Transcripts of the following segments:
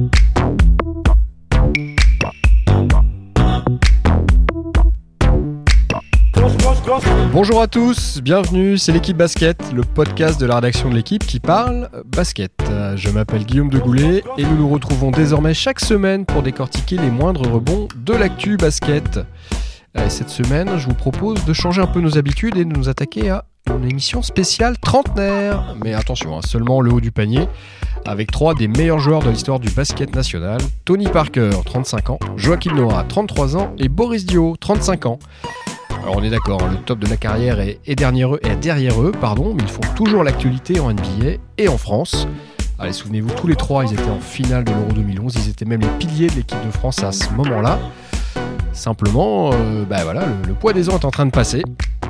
Bonjour à tous, bienvenue, c'est l'équipe basket, le podcast de la rédaction de l'équipe qui parle basket. Je m'appelle Guillaume de Goulet et nous nous retrouvons désormais chaque semaine pour décortiquer les moindres rebonds de l'actu basket. Cette semaine, je vous propose de changer un peu nos habitudes et de nous attaquer à une émission spéciale trentenaire. Mais attention, seulement le haut du panier, avec 3 des meilleurs joueurs de l'histoire du basket national. Tony Parker, 35 ans, Joakim Noah, 33 ans et Boris Diaw, 35 ans. Alors on est d'accord, le top de la carrière est derrière eux, mais ils font toujours l'actualité en NBA et en France. Allez, souvenez-vous, tous les 3, ils étaient en finale de l'Euro 2011, ils étaient même les piliers de l'équipe de France à ce moment-là. Simplement, le poids des ans est en train de passer.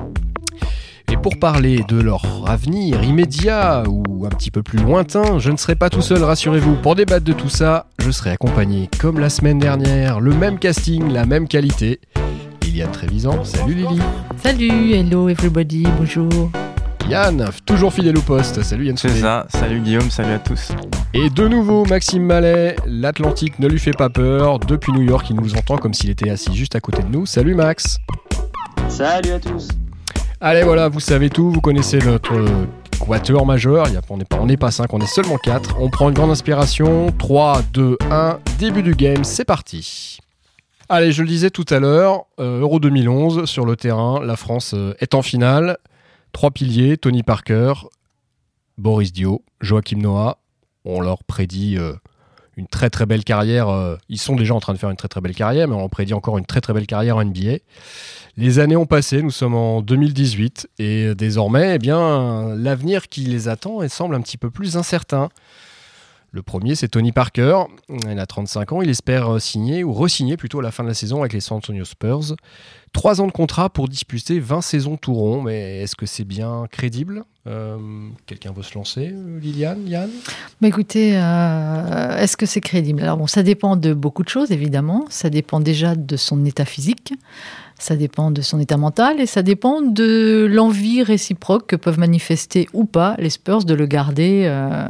Et pour parler de leur avenir immédiat ou un petit peu plus lointain, je ne serai pas tout seul, rassurez-vous. Pour débattre de tout ça, je serai accompagné, comme la semaine dernière, le même casting, la même qualité. Liliane Trévisan, salut Lily. Salut, hello everybody, bonjour. Yann, toujours fidèle au poste, salut Yann. C'est ça, salut Guillaume, salut à tous. Et de nouveau Maxime Mallet, l'Atlantique ne lui fait pas peur. Depuis New York, il nous entend comme s'il était assis juste à côté de nous. Salut Max. Salut à tous. Allez voilà, vous savez tout, vous connaissez notre quatuor majeur. On n'est pas 5, on est seulement 4. On prend une grande inspiration. 3, 2, 1, début du game, c'est parti. Allez, je le disais tout à l'heure, Euro 2011, sur le terrain, la France est en finale. 3 piliers, Tony Parker, Boris Diaw, Joakim Noah. On leur prédit une très très belle carrière. Ils sont déjà en train de faire une très très belle carrière, mais on leur prédit encore une très très belle carrière en NBA. Les années ont passé, nous sommes en 2018, et désormais, l'avenir qui les attend semble un petit peu plus incertain. Le premier, c'est Tony Parker. Il a 35 ans. Il espère signer, ou re-signer plutôt à la fin de la saison avec les San Antonio Spurs. 3 ans de contrat pour disputer 20 saisons tout rond. Mais est-ce que c'est bien crédible ? Quelqu'un veut se lancer ? Liliane, Yann ? Écoutez, est-ce que c'est crédible ? Alors ça dépend de beaucoup de choses, évidemment. Ça dépend déjà de son état physique. Ça dépend de son état mental et ça dépend de l'envie réciproque que peuvent manifester ou pas les Spurs de le garder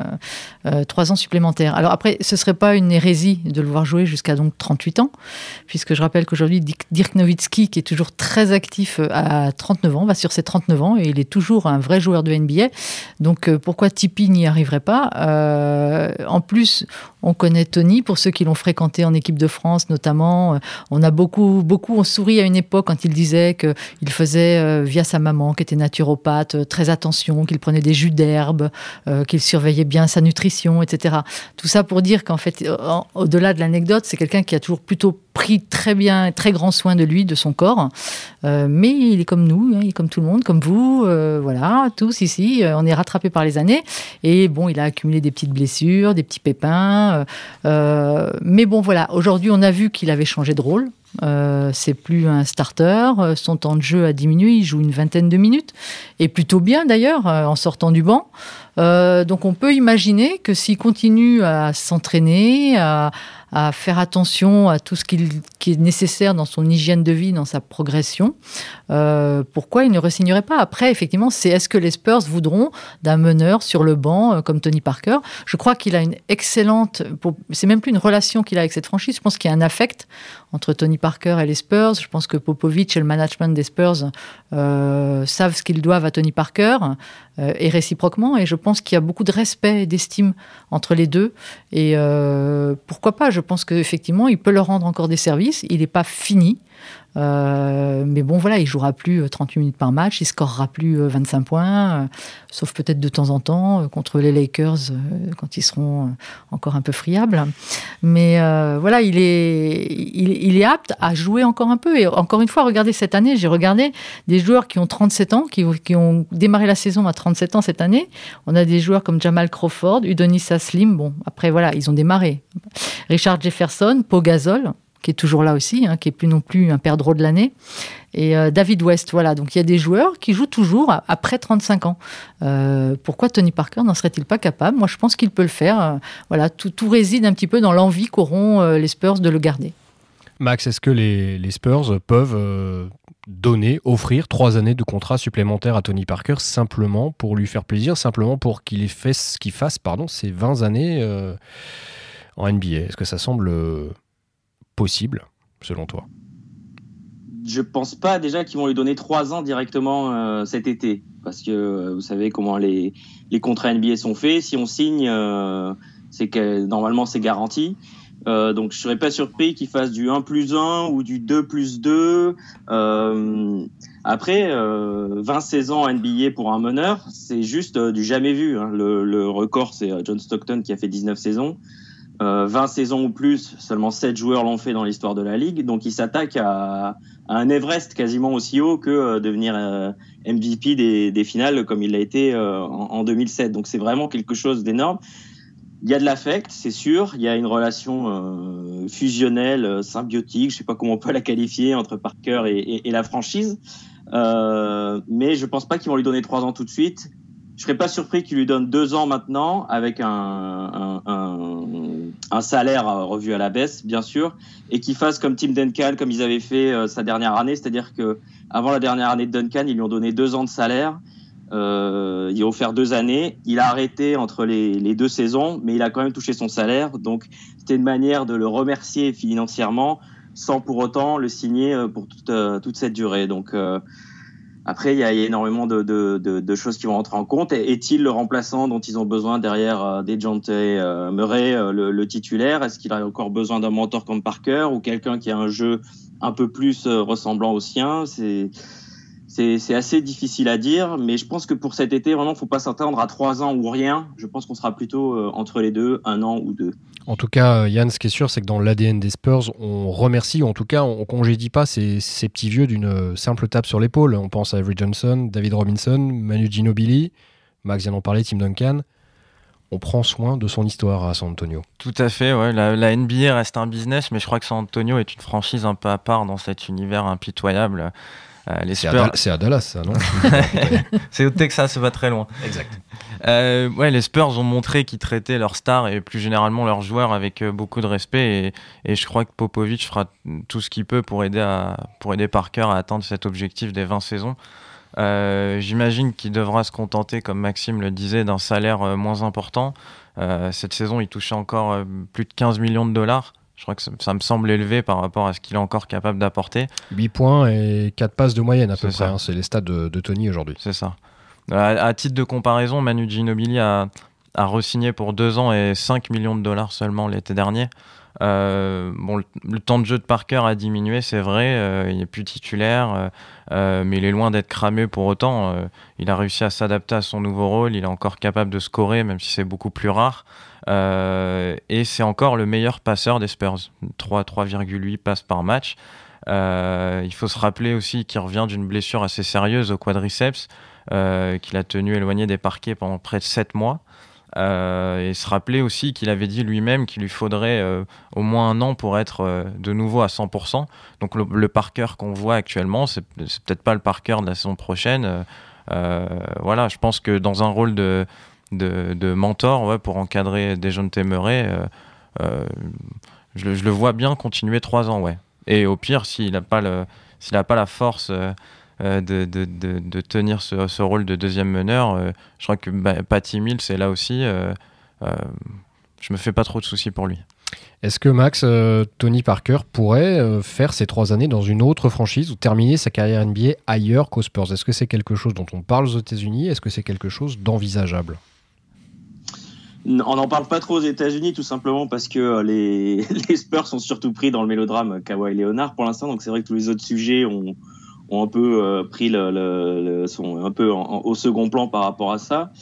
3 ans supplémentaires. Alors après, ce ne serait pas une hérésie de le voir jouer jusqu'à donc 38 ans, puisque je rappelle qu'aujourd'hui, Dirk Nowitzki, qui est toujours très actif à 39 ans, va sur ses 39 ans et il est toujours un vrai joueur de NBA. Donc pourquoi Tipeee n'y arriverait pas ? En plus, on connaît Tony, pour ceux qui l'ont fréquenté en équipe de France notamment. On a beaucoup souri à une époque quand il disait qu'il faisait via sa maman, qui était naturopathe, très attention, qu'il prenait des jus d'herbe, qu'il surveillait bien sa nutrition, etc. Tout ça pour dire qu'en fait, au-delà de l'anecdote, c'est quelqu'un qui a toujours plutôt pris très bien, très grand soin de lui, de son corps. Mais il est comme nous, il est comme tout le monde, comme vous, voilà, tous ici. On est rattrapés par les années. Et bon, il a accumulé des petites blessures, des petits pépins. Mais bon, voilà, aujourd'hui, on a vu qu'il avait changé de rôle. C'est plus un starter, son temps de jeu a diminué, il joue une vingtaine de minutes, et plutôt bien d'ailleurs, en sortant du banc. Donc on peut imaginer que s'il continue à s'entraîner, à faire attention à tout ce qui est nécessaire dans son hygiène de vie, dans sa progression, pourquoi il ne re-signerait pas ? Après, effectivement, est-ce que les Spurs voudront d'un meneur sur le banc comme Tony Parker ? Je crois qu'il a une excellente... c'est même plus une relation qu'il a avec cette franchise, je pense qu'il y a un affect entre Tony Parker et les Spurs. Je pense que Popovich et le management des Spurs savent ce qu'ils doivent à Tony Parker et réciproquement, et je pense qu'il y a beaucoup de respect et d'estime entre les deux, et pourquoi pas ? Je pense qu'effectivement, il peut leur rendre encore des services. Il n'est pas fini. Mais bon, voilà, il jouera plus 38 minutes par match, il scorera plus 25 points, sauf peut-être de temps en temps contre les Lakers quand ils seront encore un peu friables. Mais voilà, il est apte à jouer encore un peu. Et encore une fois, regardez cette année, j'ai regardé des joueurs qui ont 37 ans, qui ont démarré la saison à 37 ans cette année. On a des joueurs comme Jamal Crawford, Udonis Haslem. Bon, après voilà, ils ont démarré. Richard Jefferson, Pau Gasol, qui est toujours là aussi, qui est plus non plus un perdreau de l'année, et David West, voilà. Donc il y a des joueurs qui jouent toujours après 35 ans. Pourquoi Tony Parker n'en serait-il pas capable ? Moi, je pense qu'il peut le faire. Voilà, tout réside un petit peu dans l'envie qu'auront les Spurs de le garder. Max, est-ce que les Spurs peuvent offrir 3 années de contrat supplémentaire à Tony Parker simplement pour lui faire plaisir, simplement pour qu'il fasse ces 20 années en NBA. Est-ce que ça semble possible, selon toi ? Je pense pas déjà qu'ils vont lui donner 3 ans directement cet été, parce que vous savez comment les contrats NBA sont faits. Si on signe, c'est que normalement c'est garanti. Donc je serais pas surpris qu'il fasse du 1+1 ou du 2+2. Après, 20 saisons en NBA pour un meneur, c'est juste du jamais vu. Hein. Le record, c'est John Stockton qui a fait 19 saisons. 20 saisons ou plus, seulement 7 joueurs l'ont fait dans l'histoire de la Ligue. Donc il s'attaque à un Everest quasiment aussi haut que devenir MVP des finales comme il l'a été en 2007. Donc c'est vraiment quelque chose d'énorme. Il y a de l'affect, c'est sûr. Il y a une relation fusionnelle, symbiotique, je ne sais pas comment on peut la qualifier, entre Parker et la franchise. Mais je ne pense pas qu'ils vont lui donner 3 ans tout de suite. Je ne serais pas surpris qu'ils lui donnent 2 ans maintenant avec un salaire revu à la baisse, bien sûr, et qu'ils fassent comme Tim Duncan, comme ils avaient fait sa dernière année. C'est-à-dire qu'avant la dernière année de Duncan, ils lui ont donné 2 ans de salaire. Il a offert 2 années. Il a arrêté entre les 2 saisons, mais il a quand même touché son salaire. Donc, c'était une manière de le remercier financièrement sans pour autant le signer pour toute cette durée. Donc, après, il y a énormément de choses qui vont rentrer en compte. Est-il le remplaçant dont ils ont besoin derrière Dejounte Murray, le titulaire ? Est-ce qu'il a encore besoin d'un mentor comme Parker ou quelqu'un qui a un jeu un peu plus ressemblant au sien ? C'est assez difficile à dire, mais je pense que pour cet été, vraiment, il ne faut pas s'attendre à 3 ans ou rien. Je pense qu'on sera plutôt entre les deux, 1 an ou 2. En tout cas, Yann, ce qui est sûr, c'est que dans l'ADN des Spurs, on remercie, ou en tout cas, on congédie pas ces petits vieux d'une simple tape sur l'épaule. On pense à Avery Johnson, David Robinson, Manu Ginobili, Max vient d'en parler, Tim Duncan. On prend soin de son histoire à San Antonio. Tout à fait, ouais. La NBA reste un business, mais je crois que San Antonio est une franchise un peu à part dans cet univers impitoyable. Les Spurs... c'est à Dallas, ça, non ? C'est au Texas, c'est pas très loin. Exact. Les Spurs ont montré qu'ils traitaient leurs stars et plus généralement leurs joueurs avec beaucoup de respect et je crois que Popovich fera tout ce qu'il peut pour aider Parker à atteindre cet objectif des 20 saisons. J'imagine qu'il devra se contenter, comme Maxime le disait, d'un salaire moins important. Cette saison, il touchait encore plus de 15 millions de dollars. Je crois que ça me semble élevé par rapport à ce qu'il est encore capable d'apporter. 8 points et 4 passes de moyenne à peu près. Ça. C'est les stats de Tony aujourd'hui. C'est ça. À titre de comparaison, Manu Ginobili a re-signé pour 2 ans et 5 millions de dollars seulement l'été dernier. Le temps de jeu de Parker a diminué, c'est vrai. Il n'est plus titulaire, mais il est loin d'être cramé pour autant. Il a réussi à s'adapter à son nouveau rôle. Il est encore capable de scorer, même si c'est beaucoup plus rare. Et c'est encore le meilleur passeur des Spurs. 3,8 passes par match. Il faut se rappeler aussi qu'il revient d'une blessure assez sérieuse au quadriceps, qu'il a tenu éloigné des parquets pendant près de 7 mois. Et se rappeler aussi qu'il avait dit lui-même qu'il lui faudrait au moins 1 an pour être de nouveau à 100%. Donc le Parker qu'on voit actuellement, c'est peut-être pas le Parker de la saison prochaine. Voilà, je pense que dans un rôle de mentor, pour encadrer Dejounte Murray, je le vois bien continuer 3 ans, ouais. Et au pire, s'il n'a pas la force de tenir ce rôle de deuxième meneur, je crois que Patty Mills est là aussi. Je me fais pas trop de soucis pour lui. Est-ce que Max, Tony Parker pourrait faire ces 3 années dans une autre franchise ou terminer sa carrière NBA ailleurs qu'aux Spurs ? Est-ce que c'est quelque chose dont on parle aux États-Unis ? Est-ce que c'est quelque chose d'envisageable ? On n'en parle pas trop aux États-Unis, tout simplement parce que les Spurs sont surtout pris dans le mélodrame Kawhi Leonard pour l'instant. Donc c'est vrai que tous les autres sujets ont un peu pris sont un peu au second plan par rapport à ça.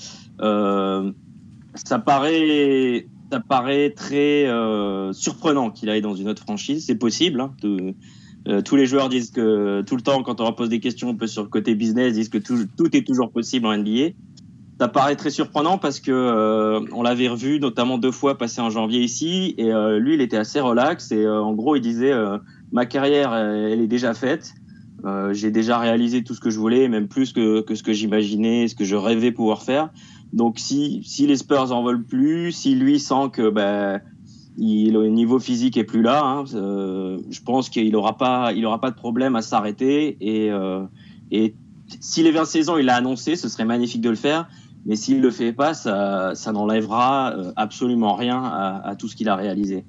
Ça paraît très surprenant qu'il aille dans une autre franchise. C'est possible. Hein, tous les joueurs disent que tout le temps, quand on leur pose des questions un peu sur le côté business, disent que tout est toujours possible en NBA. Ça paraît très surprenant parce que on l'avait revu notamment 2 fois passer en janvier ici et lui il était assez relax et en gros il disait ma carrière elle est déjà faite, j'ai déjà réalisé tout ce que je voulais, même plus que ce que j'imaginais, ce que je rêvais pouvoir faire. Donc si les Spurs en veulent plus, si lui sent que le niveau physique est plus là, hein, je pense qu'il aura pas de problème à s'arrêter et si les 20 saisons il l'a annoncé, ce serait magnifique de le faire. Mais s'il le fait pas, ça n'enlèvera absolument rien à tout ce qu'il a réalisé.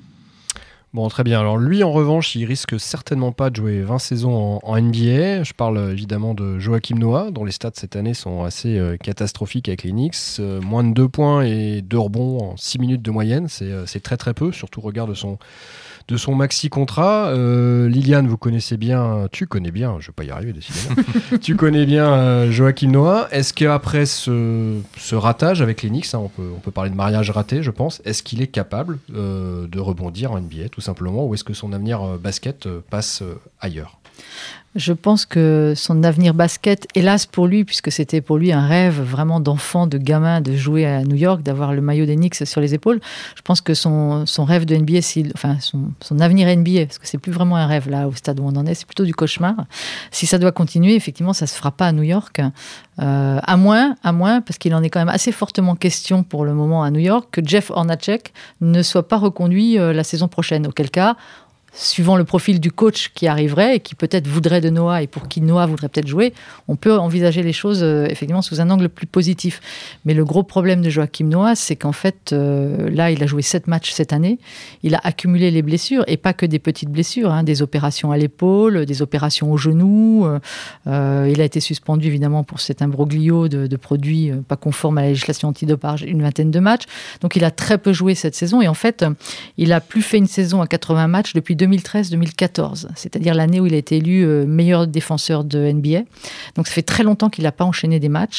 Bon, très bien. Alors lui, en revanche, il risque certainement pas de jouer 20 saisons en NBA. Je parle évidemment de Joakim Noah, dont les stats cette année sont assez catastrophiques avec les Knicks. Moins de 2 points et 2 rebonds en 6 minutes de moyenne. C'est très très peu, surtout au regard de son maxi-contrat. Liliane, tu connais bien, je ne vais pas y arriver décidément, tu connais bien Joakim Noah. Est-ce qu'après ce ratage avec les Knicks, on peut parler de mariage raté, je pense, est-ce qu'il est capable de rebondir en NBA, tout simplement, ou est-ce que son avenir basket passe ailleurs ? Je pense que son avenir basket, hélas pour lui, puisque c'était pour lui un rêve vraiment d'enfant, de gamin, de jouer à New York, d'avoir le maillot des Knicks sur les épaules. Je pense que son rêve de NBA, son avenir NBA, parce que c'est plus vraiment un rêve là au stade où on en est, c'est plutôt du cauchemar. Si ça doit continuer, effectivement, ça se fera pas à New York. À moins, parce qu'il en est quand même assez fortement question pour le moment à New York, que Jeff Hornacek ne soit pas reconduit la saison prochaine. Auquel cas, suivant le profil du coach qui arriverait et qui peut-être voudrait de Noah et pour qui Noah voudrait peut-être jouer, on peut envisager les choses effectivement sous un angle plus positif. Mais le gros problème de Joakim Noah, c'est qu'en fait, là, il a joué 7 matchs cette année. Il a accumulé les blessures, et pas que des petites blessures, des opérations à l'épaule, des opérations au genou. Il a été suspendu, évidemment, pour cet imbroglio de produits pas conformes à la législation antidopage, une 20aine de matchs. Donc, il a très peu joué cette saison. Et en fait, il n'a plus fait une saison à 80 matchs depuis 2013-2014, c'est-à-dire l'année où il a été élu meilleur défenseur de NBA. Donc ça fait très longtemps qu'il n'a pas enchaîné des matchs.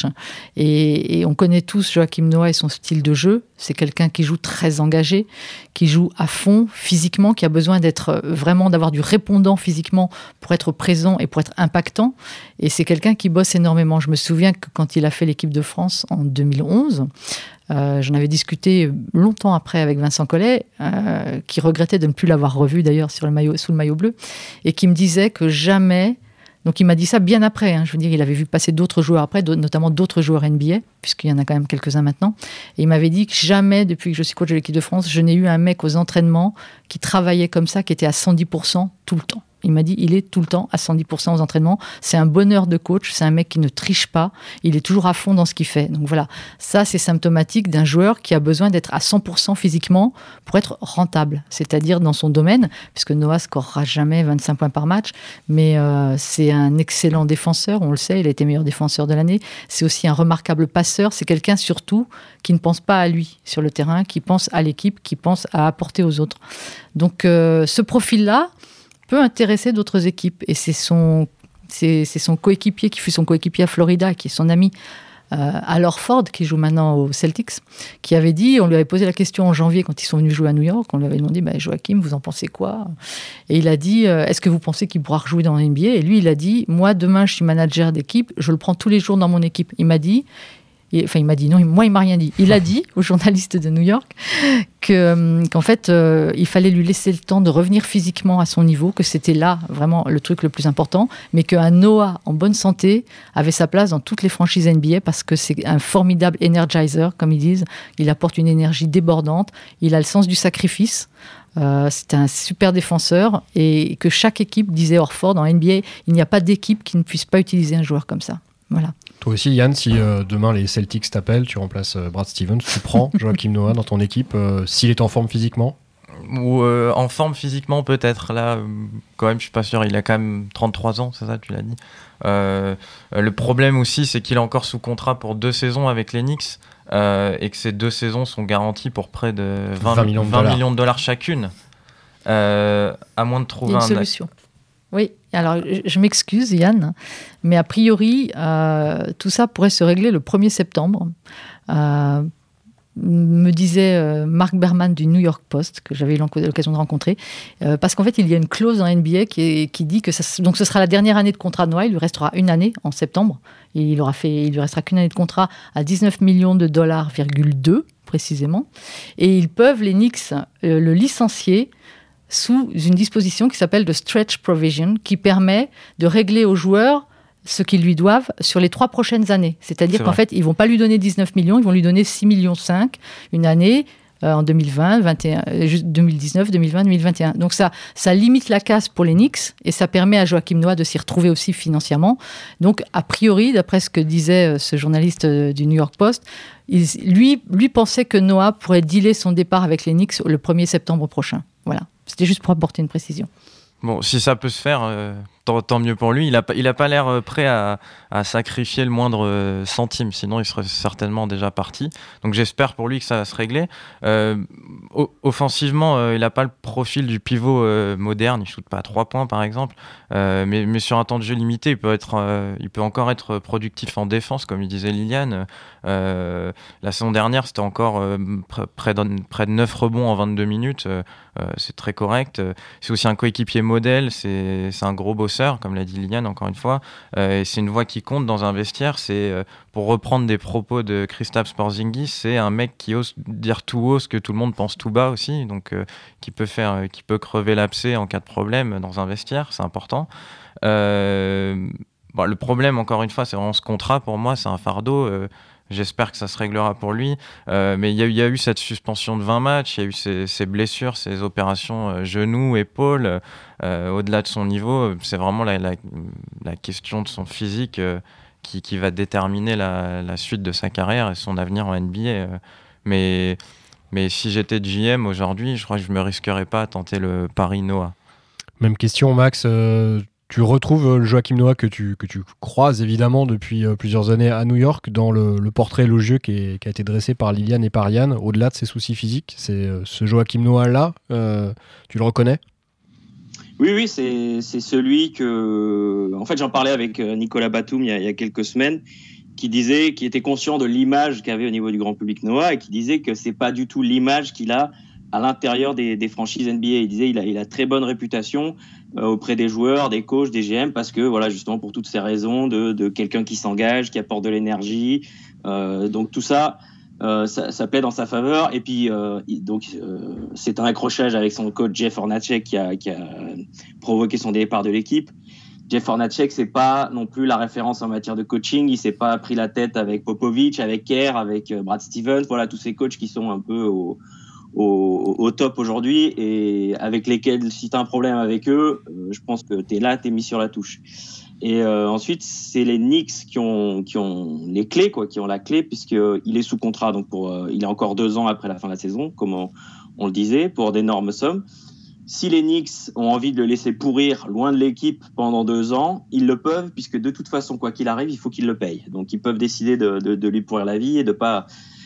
Et on connaît tous Joakim Noah et son style de jeu. C'est quelqu'un qui joue très engagé, qui joue à fond physiquement, qui a besoin d'avoir du répondant physiquement pour être présent et pour être impactant. Et c'est quelqu'un qui bosse énormément. Je me souviens que quand il a fait l'équipe de France en 2011, j'en avais discuté longtemps après avec Vincent Collet, qui regrettait de ne plus l'avoir revu d'ailleurs sous le maillot bleu, et qui me disait que jamais, donc il m'a dit ça bien après, je veux dire, il avait vu passer d'autres joueurs après, notamment d'autres joueurs NBA, puisqu'il y en a quand même quelques-uns maintenant, et il m'avait dit que jamais, depuis que je suis coach de l'équipe de France, je n'ai eu un mec aux entraînements qui travaillait comme ça, qui était à 110% tout le temps. Il m'a dit, il est tout le temps à 110% aux entraînements. C'est un bonheur de coach. C'est un mec qui ne triche pas. Il est toujours à fond dans ce qu'il fait. Donc voilà, ça, c'est symptomatique d'un joueur qui a besoin d'être à 100% physiquement pour être rentable, c'est-à-dire dans son domaine, puisque Noah scorera jamais 25 points par match, mais c'est un excellent défenseur, on le sait, il a été meilleur défenseur de l'année. C'est aussi un remarquable passeur. C'est quelqu'un surtout qui ne pense pas à lui sur le terrain, qui pense à l'équipe, qui pense à apporter aux autres. Donc ce profil-là peut intéresser d'autres équipes. Et c'est son coéquipier, qui fut son coéquipier à Florida, qui est son ami Al Horford, qui joue maintenant aux Celtics, qui avait dit, on lui avait posé la question en janvier quand ils sont venus jouer à New York, on lui avait demandé, Joakim, vous en pensez quoi ? Et il a dit, est-ce que vous pensez qu'il pourra rejouer dans la NBA ? Et lui, il a dit, moi, demain, je suis manager d'équipe, je le prends tous les jours dans mon équipe. Il m'a dit, moi, il m'a rien dit. Il a dit aux journalistes de New York qu'en fait, il fallait lui laisser le temps de revenir physiquement à son niveau, que c'était là vraiment le truc le plus important, mais qu'un Noah en bonne santé avait sa place dans toutes les franchises NBA parce que c'est un formidable energizer, comme ils disent. Il apporte une énergie débordante. Il a le sens du sacrifice. C'est un super défenseur et que chaque équipe, disait Horford, en NBA, il n'y a pas d'équipe qui ne puisse pas utiliser un joueur comme ça. Voilà. Toi aussi, Yann, si demain les Celtics t'appellent, tu remplaces Brad Stevens, tu prends Joakim Noah dans ton équipe s'il est en forme physiquement ? Ou en forme physiquement, peut-être. Là, quand même, je suis pas sûr. Il a quand même 33 ans, c'est ça, tu l'as dit. Le problème aussi, c'est qu'il est encore sous contrat pour 2 saisons avec les Knicks et que ces 2 saisons sont garanties pour près de 20 millions de dollars chacune. À moins de trouver une solution. Oui, alors je m'excuse Yann, mais a priori, tout ça pourrait se régler le 1er septembre. Me disait Mark Berman du New York Post, que j'avais eu l'occasion de rencontrer, parce qu'en fait, il y a une clause dans NBA qui dit que donc ce sera la dernière année de contrat de Noah, il lui restera une année en septembre, et il lui restera qu'une année de contrat à 19 millions de dollars, précisément, et ils peuvent, les Knicks, le licencier sous une disposition qui s'appelle de stretch provision, qui permet de régler aux joueurs ce qu'ils lui doivent sur les 3 prochaines années. C'est-à-dire qu'en fait, ils ne vont pas lui donner 19 millions, ils vont lui donner 6,5 millions une année, en 2020, 2019, 2020, 2021. Donc ça limite la casse pour les Knicks et ça permet à Joakim Noah de s'y retrouver aussi financièrement. Donc a priori, d'après ce que disait ce journaliste du New York Post, lui pensait que Noah pourrait dealer son départ avec les Knicks le 1er septembre prochain. Voilà, c'était juste pour apporter une précision. Bon, si ça peut se faire, tant mieux pour lui. Il a pas l'air prêt à sacrifier le moindre centime, sinon il serait certainement déjà parti. Donc j'espère pour lui que ça va se régler. Offensivement, il n'a pas le profil du pivot moderne. Il ne shoot pas à 3 points par exemple, mais sur un temps de jeu limité, il peut encore être productif en défense, comme il disait Liliane. La saison dernière, c'était encore près de 9 rebonds en 22 minutes. C'est très correct. C'est aussi un coéquipier modèle, c'est un gros bosseur, comme l'a dit Liliane encore une fois, et c'est une voix qui compte dans un vestiaire. C'est, pour reprendre des propos de Kristaps Porzingis, c'est un mec qui ose dire tout haut ce que tout le monde pense tout bas aussi, donc qui peut crever l'abcès en cas de problème dans un vestiaire, c'est important. Le problème, encore une fois, c'est vraiment ce contrat. Pour moi, c'est un fardeau. J'espère que ça se réglera pour lui. Mais il y a eu cette suspension de 20 matchs, il y a eu ces blessures, ces opérations genoux, épaules. Au-delà de son niveau, c'est vraiment la question de son physique qui va déterminer la suite de sa carrière et son avenir en NBA. Mais si j'étais GM aujourd'hui, je crois que je ne me risquerais pas à tenter le pari Noah. Même question, Max. Tu retrouves le Joakim Noah que tu croises évidemment depuis plusieurs années à New York dans le portrait élogieux qui a été dressé par Liliane et par Yann, au-delà de ses soucis physiques. C'est ce Joakim Noah-là, tu le reconnais ? Oui, c'est celui que... En fait, j'en parlais avec Nicolas Batum il y a quelques semaines, qui était conscient de l'image qu'avait au niveau du grand public Noah et qui disait que c'est pas du tout l'image qu'il a à l'intérieur des franchises NBA. Il disait il a très bonne réputation auprès des joueurs, des coachs, des GM, parce que voilà, justement pour toutes ces raisons de quelqu'un qui s'engage, qui apporte de l'énergie. Donc tout ça, ça plaît dans sa faveur. Et puis c'est un accrochage avec son coach Jeff Hornacek qui a provoqué son départ de l'équipe. Jeff Hornacek, c'est pas non plus la référence en matière de coaching. Il s'est pas pris la tête avec Popovich, avec Kerr, avec Brad Stevens. Voilà, tous ces coachs qui sont un peu au top aujourd'hui et avec lesquels, si tu as un problème avec eux, je pense que t'es mis sur la touche. Et ensuite, c'est les Knicks qui ont les clés, qui ont la clé, puisqu'il est sous contrat, donc il a encore 2 ans après la fin de la saison, comme on le disait, pour d'énormes sommes. Si les Knicks ont envie de le laisser pourrir loin de l'équipe pendant 2 ans, ils le peuvent, puisque de toute façon, quoi qu'il arrive, il faut qu'ils le payent. Donc ils peuvent décider de lui pourrir la vie et de pas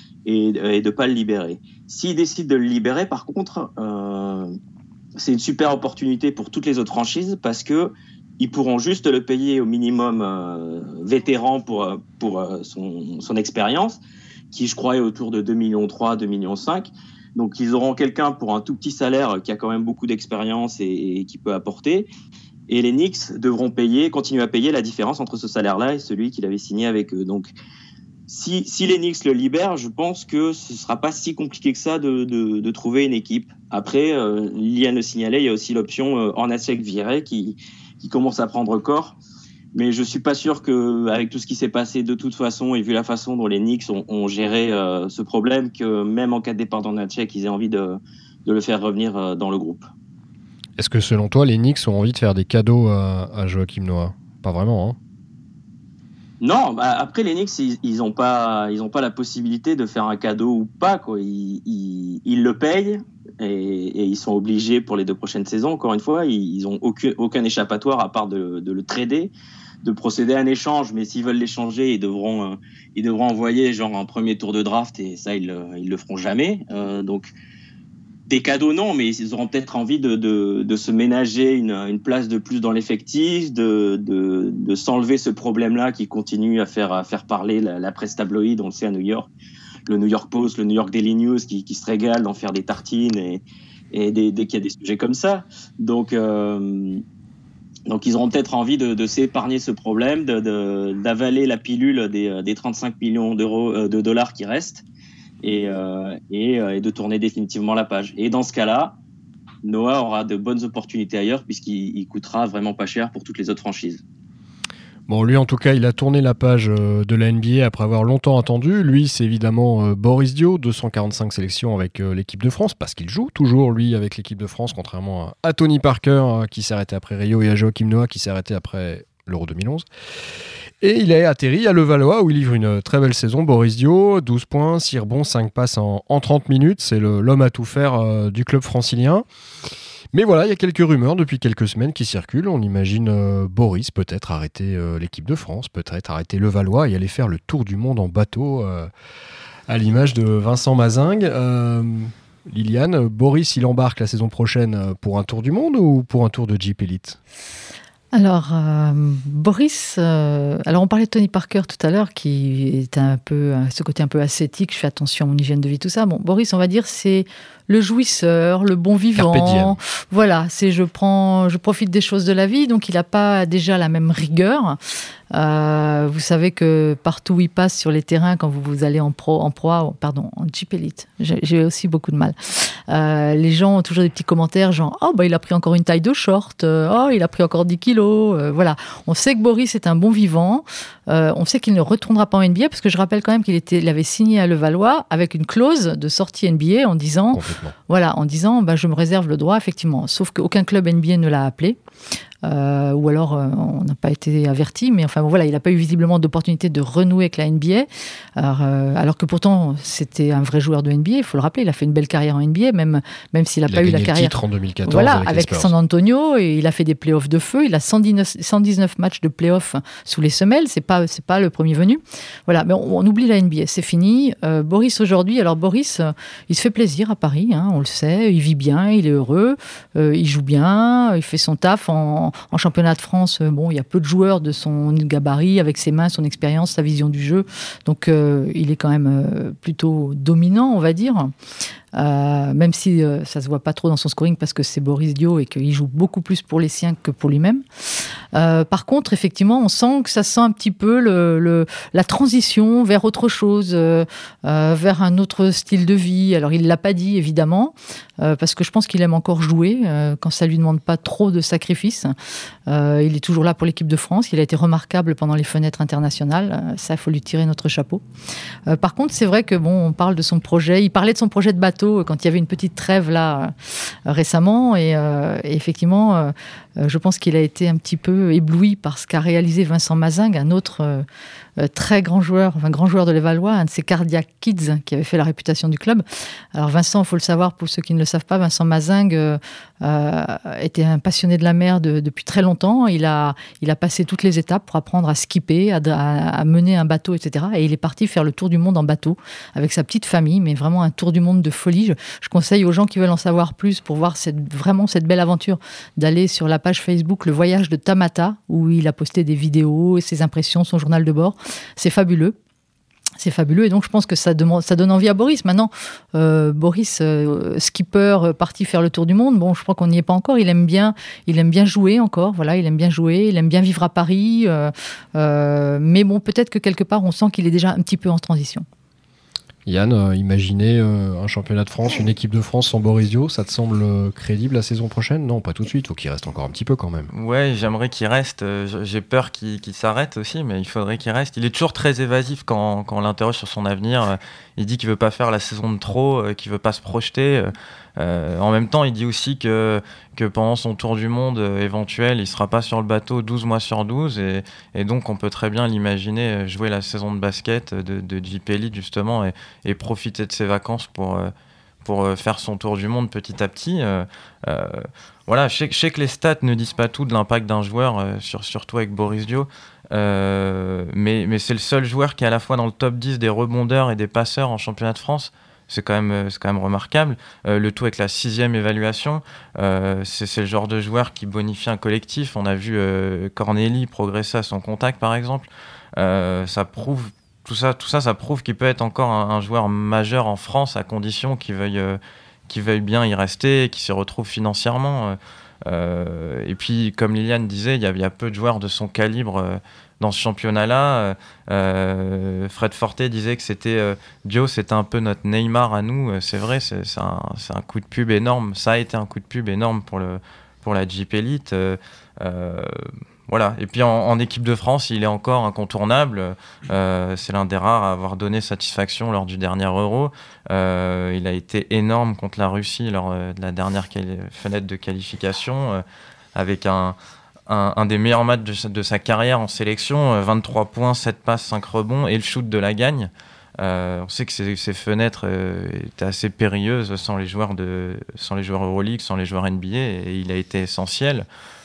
le libérer. S'ils décident de le libérer, par contre, c'est une super opportunité pour toutes les autres franchises parce que ils pourront juste le payer au minimum vétéran pour son expérience, qui je crois est autour de 2,3 millions, 2,5 millions. Donc ils auront quelqu'un pour un tout petit salaire qui a quand même beaucoup d'expérience et qui peut apporter. Et les Knicks devront continuer à payer la différence entre ce salaire-là et celui qu'il avait signé avec eux. Donc si les Knicks le libèrent, je pense que ce ne sera pas si compliqué que ça de trouver une équipe. Après, Liliane le signalait, il y a aussi l'option Hornacek viré qui commence à prendre corps. Mais je ne suis pas sûr qu'avec tout ce qui s'est passé de toute façon, et vu la façon dont les Knicks ont géré ce problème, que même en cas de départ d'Hornacek, ils aient envie de le faire revenir dans le groupe. Est-ce que selon toi, les Knicks ont envie de faire des cadeaux à Joakim Noah ? Pas vraiment, hein ? Non, après les Knicks, ils ont pas la possibilité de faire un cadeau ou pas, quoi. Ils le payent et ils sont obligés pour les 2 prochaines saisons. Encore une fois, ils ont aucun échappatoire à part de le trader, de procéder à un échange. Mais s'ils veulent l'échanger, ils devront envoyer genre un premier tour de draft et ça ils le feront jamais. Donc des cadeaux, non, mais ils auront peut-être envie de se ménager une place de plus dans l'effectif, de s'enlever ce problème-là qui continue à faire parler la presse tabloïde, on le sait à New York, le New York Post, le New York Daily News qui se régale d'en faire des tartines et dès qu'il y a des sujets comme ça. Donc ils auront peut-être envie de s'épargner ce problème, d'avaler la pilule des 35 millions de dollars qui restent. Et de tourner définitivement la page. Et dans ce cas-là, Noah aura de bonnes opportunités ailleurs puisqu'il coûtera vraiment pas cher pour toutes les autres franchises. Bon, lui, en tout cas, il a tourné la page de la NBA après avoir longtemps attendu. Lui, c'est évidemment Boris Dio, 245 sélections avec l'équipe de France, parce qu'il joue toujours, lui, avec l'équipe de France, contrairement à Tony Parker, qui s'est arrêté après Rio, et à Joachim Noah, qui s'est arrêté après l'Euro 2011. Et il est atterri à Levallois, où il livre une très belle saison. Boris Dio, 12 points, 6 rebonds, 5 passes en 30 minutes. C'est l'homme à tout faire du club francilien. Mais voilà, il y a quelques rumeurs depuis quelques semaines qui circulent. On imagine Boris peut-être arrêter l'équipe de France, peut-être arrêter Levallois et aller faire le tour du monde en bateau à l'image de Vincent Mazingue. Liliane, Boris, il embarque la saison prochaine pour un tour du monde ou pour un tour de Jeep Elite ? Alors, Boris, alors on parlait de Tony Parker tout à l'heure, qui est un peu, ce côté un peu ascétique, je fais attention à mon hygiène de vie, tout ça. Bon, Boris, on va dire, c'est le jouisseur, le bon vivant. Voilà, c'est je profite des choses de la vie, donc il n'a pas déjà la même rigueur. Vous savez que partout où il passe sur les terrains, quand vous allez en Jeep Elite, j'ai aussi beaucoup de mal. Les gens ont toujours des petits commentaires genre « Oh, bah, il a pris encore une taille de short. Oh, il a pris encore 10 kilos. » Voilà. On sait que Boris est un bon vivant. On sait qu'il ne retournera pas en NBA parce que je rappelle quand même qu'il avait signé à Levallois avec une clause de sortie NBA en disant bah, je me réserve le droit, effectivement. Sauf qu'aucun club NBA ne l'a appelé. Ou alors on n'a pas été averti, mais enfin bon, voilà, il n'a pas eu visiblement d'opportunité de renouer avec la NBA, alors que pourtant c'était un vrai joueur de NBA, il faut le rappeler, il a fait une belle carrière en NBA, même s'il n'a pas eu la carrière. Il a gagné le titre en 2014 voilà, avec San Antonio, et il a fait des playoffs de feu, il a 119 matchs de playoffs sous les semelles, c'est pas le premier venu. Voilà, mais on oublie la NBA, c'est fini. Boris aujourd'hui, alors Boris, il se fait plaisir à Paris, hein, on le sait, il vit bien, il est heureux, il joue bien, il fait son taf en championnat de France. Bon, il y a peu de joueurs de son gabarit, avec ses mains, son expérience, sa vision du jeu. Donc, il est quand même plutôt dominant, on va dire. Même si ça se voit pas trop dans son scoring parce que c'est Boris Dio et qu'il joue beaucoup plus pour les siens que pour lui-même. Par contre, effectivement, on sent que ça sent un petit peu la transition vers autre chose, vers un autre style de vie. Alors, il l'a pas dit, évidemment, parce que je pense qu'il aime encore jouer quand ça lui demande pas trop de sacrifices. Il est toujours là pour l'équipe de France. Il a été remarquable pendant les fenêtres internationales. Ça, il faut lui tirer notre chapeau. Par contre, c'est vrai que bon, on parle de son projet. Il parlait de son projet de bateau quand il y avait une petite trêve là récemment et effectivement je pense qu'il a été un petit peu ébloui par ce qu'a réalisé Vincent Mazingue, un autre très grand joueur de Levallois, un de ces Cardiac Kids qui avait fait la réputation du club. Alors Vincent, il faut le savoir pour ceux qui ne le savent pas, Vincent Mazingue était un passionné de la mer depuis très longtemps. Il a passé toutes les étapes pour apprendre à skipper, à mener un bateau, etc. Et il est parti faire le tour du monde en bateau avec sa petite famille, mais vraiment un tour du monde de folie. Je conseille aux gens qui veulent en savoir plus pour voir cette belle aventure d'aller sur la page Facebook Le Voyage de Tamata, où il a posté des vidéos, ses impressions, son journal de bord. C'est fabuleux. C'est fabuleux et donc je pense que ça donne envie à Boris. Maintenant, Boris, skipper, parti faire le tour du monde, bon, je crois qu'on n'y est pas encore. Il aime bien jouer encore, voilà, il aime bien jouer, il aime bien vivre à Paris. Mais bon, peut-être que quelque part, on sent qu'il est déjà un petit peu en transition. Yann, imaginez un championnat de France, une équipe de France sans Boris Dio, ça te semble crédible la saison prochaine ? Non, pas tout de suite, il faut qu'il reste encore un petit peu quand même. Ouais, j'aimerais qu'il reste, j'ai peur qu'il s'arrête aussi, mais il faudrait qu'il reste. Il est toujours très évasif quand on l'interroge sur son avenir, il dit qu'il veut pas faire la saison de trop, qu'il veut pas se projeter. En même temps, il dit aussi que pendant son tour du monde éventuel, il sera pas sur le bateau 12 mois sur 12 et donc on peut très bien l'imaginer jouer la saison de basket de Jeep Elite justement et profiter de ses vacances pour faire son tour du monde petit à petit. Voilà, je sais que les stats ne disent pas tout de l'impact d'un joueur, surtout avec Boris Dio, mais c'est le seul joueur qui est à la fois dans le top 10 des rebondeurs et des passeurs en championnat de France. C'est quand même remarquable. Le tout avec la 6e évaluation, c'est le genre de joueur qui bonifie un collectif. On a vu Corneli progresser à son contact, par exemple. Ça prouve tout ça, ça prouve qu'il peut être encore un joueur majeur en France à condition qu'il veuille bien y rester et qu'il se retrouve financièrement. Et puis, comme Liliane disait, il y a peu de joueurs de son calibre dans ce championnat-là. Fred Forte disait que Dio, c'était un peu notre Neymar à nous. C'est vrai, c'est un coup de pub énorme. Ça a été un coup de pub énorme pour la Jeep Elite. voilà. Et puis en équipe de France, il est encore incontournable. C'est l'un des rares à avoir donné satisfaction lors du dernier Euro. Il a été énorme contre la Russie lors de la dernière fenêtre de qualification, avec un des meilleurs matchs de sa carrière en sélection, 23 points, 7 passes, 5 rebonds et le shoot de la gagne. On sait que ces fenêtres étaient assez périlleuses sans les joueurs Euroleague, sans les joueurs NBA, et il a été essentiel.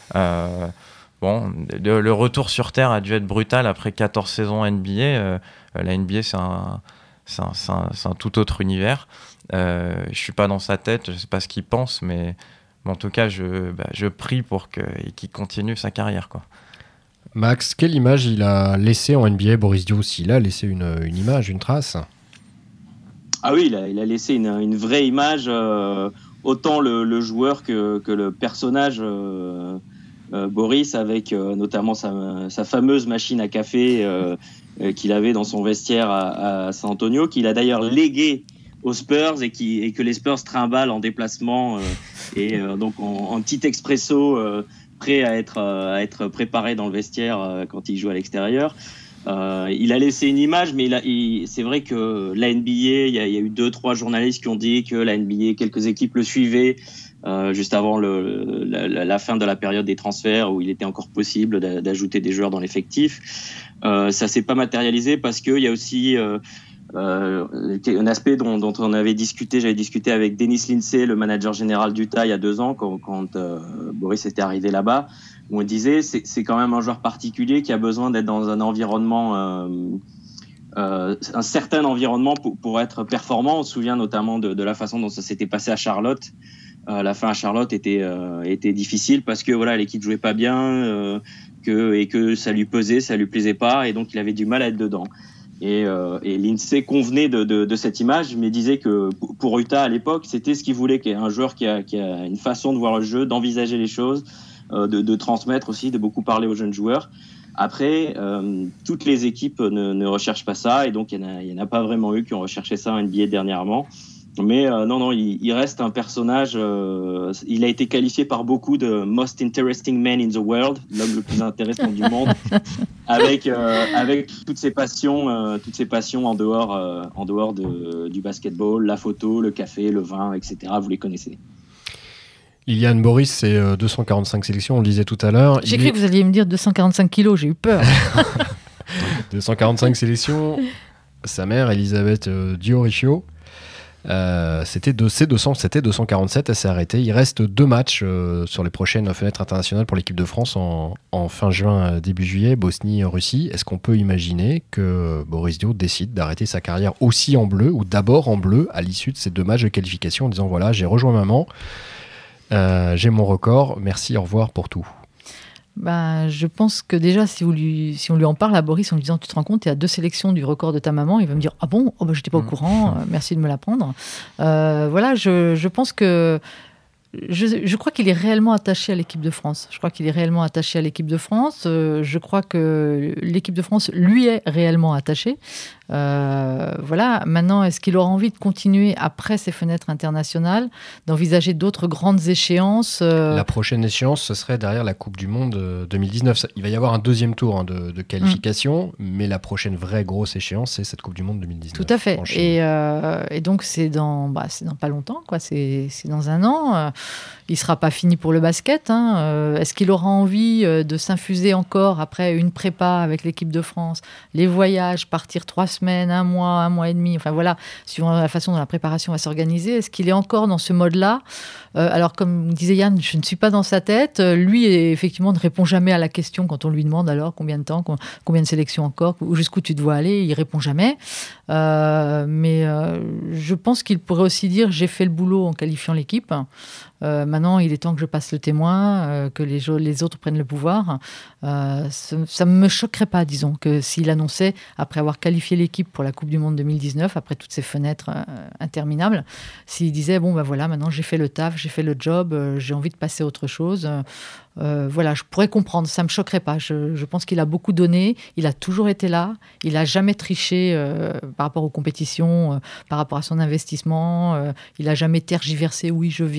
Le retour sur Terre a dû être brutal après 14 saisons NBA. La NBA, c'est un tout autre univers. Je suis pas dans sa tête, je sais pas ce qu'il pense, mais en tout cas, je prie pour qu'il continue sa carrière, quoi. Max, quelle image il a laissé en NBA, Boris Dio? S'il a laissé une image, une trace? Ah oui, il a laissé une vraie image, autant le joueur que le personnage Boris, avec notamment sa fameuse machine à café qu'il avait dans son vestiaire à San Antonio, qu'il a d'ailleurs légué aux Spurs et que les Spurs trimballent en déplacement donc en petit expresso prêt à être préparé dans le vestiaire quand il joue à l'extérieur. Il a laissé une image, mais c'est vrai que la NBA, il y a eu 2-3 journalistes qui ont dit que la NBA, quelques équipes le suivaient juste avant la fin de la période des transferts où il était encore possible d'ajouter des joueurs dans l'effectif. Ça s'est pas matérialisé parce qu'il y a aussi un aspect dont on avait discuté. J'avais discuté avec Dennis Lindsay, le manager général d'Utah, il y a 2 ans, quand Boris était arrivé là-bas, où on disait c'est quand même un joueur particulier qui a besoin d'être dans un environnement, un certain environnement pour être performant. On se souvient notamment de la façon dont ça s'était passé à Charlotte. La fin à Charlotte était difficile parce que voilà, l'équipe jouait pas bien, et que ça lui pesait, ça lui plaisait pas, et donc il avait du mal à être dedans. Et Lindsay convenait de cette image, mais disait que pour Utah à l'époque, c'était ce qu'il voulait, qu'il y ait un joueur qui a une façon de voir le jeu, d'envisager les choses, de transmettre aussi, de beaucoup parler aux jeunes joueurs. Après, toutes les équipes ne recherchent pas ça, et donc il y en a pas vraiment eu qui ont recherché ça en NBA dernièrement. Mais non, il reste un personnage. Il a été qualifié par beaucoup de most interesting man in the world, l'homme le plus intéressant du monde, avec toutes ses passions en dehors du basketball, la photo, le café, le vin, etc. Vous les connaissez. Liliane, Boris, c'est 245 sélections, on le disait tout à l'heure. J'ai cru que vous alliez me dire 245 kilos, j'ai eu peur. 245 sélections. Sa mère, Elisabeth Dioricchio, c'était 247, elle s'est arrêtée. Il reste 2 matchs sur les prochaines fenêtres internationales pour l'équipe de France en fin juin, début juillet, Bosnie et Russie. Est-ce qu'on peut imaginer que Boris Dio décide d'arrêter sa carrière aussi en bleu, ou d'abord en bleu, à l'issue de ces 2 matchs de qualification, en disant voilà, j'ai rejoint maman, j'ai mon record, merci, au revoir pour tout? Je pense que déjà, si on lui en parle à Boris en lui disant tu te rends compte, tu es à 2 sélections du record de ta maman, il va me dire ah bon, j'étais pas au courant, merci de me l'apprendre. Voilà, je pense que je crois qu'il est réellement attaché à l'équipe de France. Je crois que l'équipe de France lui est réellement attachée. Voilà. Maintenant, est-ce qu'il aura envie de continuer après ces fenêtres internationales, d'envisager d'autres grandes échéances? La prochaine échéance, ce serait derrière la Coupe du Monde 2019. Il va y avoir un 2e tour de qualification, mais la prochaine vraie grosse échéance, c'est cette Coupe du Monde 2019. Tout à fait. Et donc, c'est dans pas longtemps, quoi. C'est dans 1 an. Il ne sera pas fini pour le basket. Est-ce qu'il aura envie de s'infuser encore après une prépa avec l'équipe de France, les voyages, partir 3 semaines, 1 mois et demi, enfin voilà, suivant la façon dont la préparation va s'organiser. Est-ce qu'il est encore dans ce mode-là? Alors, comme disait Yann, je ne suis pas dans sa tête. Lui, effectivement, ne répond jamais à la question quand on lui demande alors combien de temps, combien de sélections encore, jusqu'où tu te vois aller. Il répond jamais. Mais je pense qu'il pourrait aussi dire j'ai fait le boulot en qualifiant l'équipe. Maintenant, il est temps que je passe le témoin, que les autres prennent le pouvoir. Ça ne me choquerait pas, disons, que s'il annonçait, après avoir qualifié l'équipe pour la Coupe du Monde 2019, après toutes ces fenêtres interminables, s'il disait, voilà, maintenant j'ai fait le taf, j'ai fait le job, j'ai envie de passer à autre chose. Voilà, je pourrais comprendre, ça ne me choquerait pas. Je pense qu'il a beaucoup donné, il a toujours été là, il n'a jamais triché par rapport aux compétitions, par rapport à son investissement, il n'a jamais tergiversé, oui, je viens, non, je viens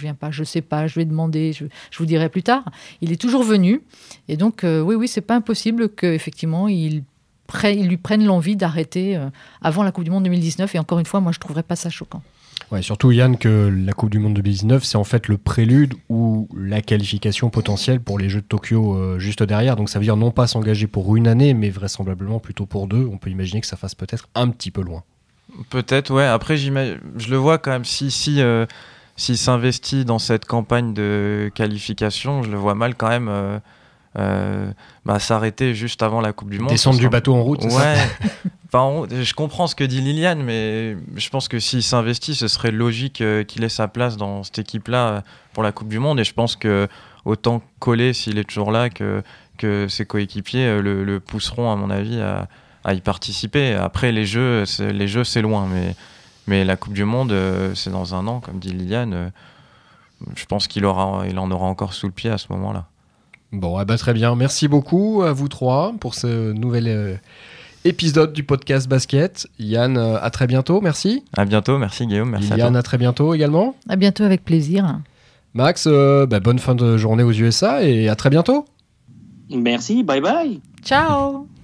vient pas, je sais pas, je vais demander, je vous dirai plus tard. Il est toujours venu. Et donc, oui, c'est pas impossible qu'effectivement, il lui prenne l'envie d'arrêter avant la Coupe du Monde 2019. Et encore une fois, moi, je trouverais pas ça choquant. Ouais, surtout Yann, que la Coupe du Monde 2019, c'est en fait le prélude ou la qualification potentielle pour les Jeux de Tokyo juste derrière. Donc ça veut dire non pas s'engager pour une année, mais vraisemblablement plutôt pour 2. On peut imaginer que ça fasse peut-être un petit peu loin. Peut-être, ouais. Après, je le vois quand même, s'il s'investit dans cette campagne de qualification, je le vois mal quand même s'arrêter juste avant la Coupe du Monde. Descendre du bateau en route, c'est ça ? Enfin, je comprends ce que dit Liliane, mais je pense que s'il s'investit, ce serait logique qu'il ait sa place dans cette équipe-là pour la Coupe du Monde. Et je pense que autant coller s'il est toujours là que ses coéquipiers le pousseront, à mon avis, à y participer. Après, les jeux, c'est loin, mais la Coupe du Monde, c'est dans un an, comme dit Liliane. Je pense qu'il en aura encore sous le pied à ce moment-là. Bon, très bien. Merci beaucoup à vous trois pour ce nouvel épisode du podcast basket. Yann, à très bientôt, merci. À bientôt, merci Guillaume, merci Liliane, à très bientôt également. À bientôt, avec plaisir. Max, bonne fin de journée aux USA et à très bientôt. Merci, bye bye. Ciao.